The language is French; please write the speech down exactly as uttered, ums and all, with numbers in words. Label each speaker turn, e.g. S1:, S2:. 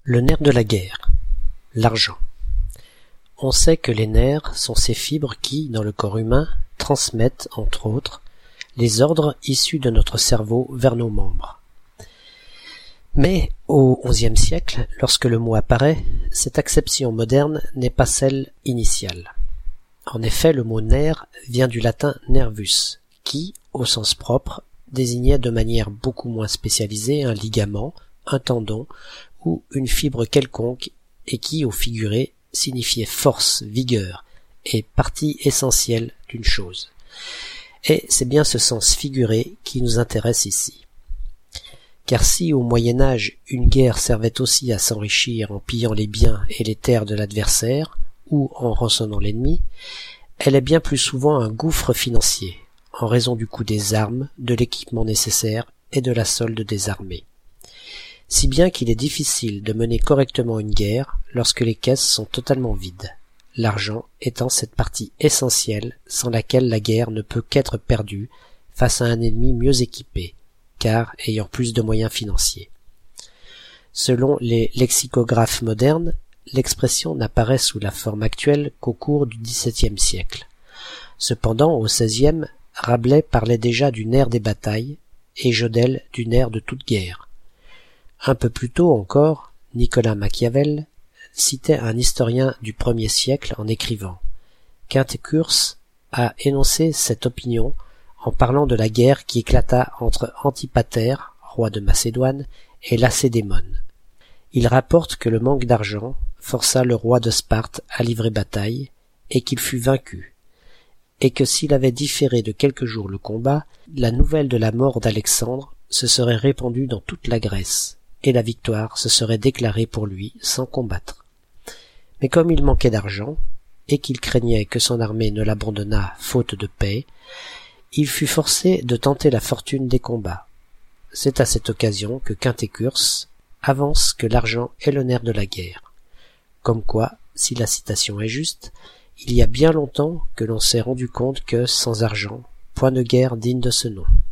S1: Le nerf de la guerre, l'argent. On sait que les nerfs sont ces fibres qui, dans le corps humain, transmettent, entre autres, les ordres issus de notre cerveau vers nos membres. Mais, au onzième siècle, lorsque le mot apparaît, cette acception moderne n'est pas celle initiale. En effet, le mot nerf vient du latin nervus, qui, au sens propre, désignait de manière beaucoup moins spécialisée un ligament, un tendon ou une fibre quelconque et qui, au figuré, signifiait force, vigueur et partie essentielle d'une chose. Et c'est bien ce sens figuré qui nous intéresse ici. Car si au Moyen-Âge une guerre servait aussi à s'enrichir en pillant les biens et les terres de l'adversaire ou en rançonnant l'ennemi, elle est bien plus souvent un gouffre financier, en raison du coût des armes, de l'équipement nécessaire et de la solde des armées. Si bien qu'il est difficile de mener correctement une guerre lorsque les caisses sont totalement vides, l'argent étant cette partie essentielle sans laquelle la guerre ne peut qu'être perdue face à un ennemi mieux équipé, car ayant plus de moyens financiers. Selon les lexicographes modernes, l'expression n'apparaît sous la forme actuelle qu'au cours du dix-septième siècle. Cependant, au seizième, Rabelais parlait déjà du nerf des batailles et Jodelle du nerf de toute guerre. Un peu plus tôt encore, Nicolas Machiavel citait un historien du premier siècle en écrivant « Quinte Curce a énoncé cette opinion en parlant de la guerre qui éclata entre Antipater, roi de Macédoine, et Lacédémone. Il rapporte que le manque d'argent força le roi de Sparte à livrer bataille, et qu'il fut vaincu, et que s'il avait différé de quelques jours le combat, la nouvelle de la mort d'Alexandre se serait répandue dans toute la Grèce, et la victoire se serait déclarée pour lui sans combattre. Mais comme il manquait d'argent, et qu'il craignait que son armée ne l'abandonnât faute de paix, il fut forcé de tenter la fortune des combats. C'est à cette occasion que Quinte Curce avance que l'argent est le nerf de la guerre. Comme quoi, si la citation est juste, il y a bien longtemps que l'on s'est rendu compte que, sans argent, point de guerre digne de ce nom.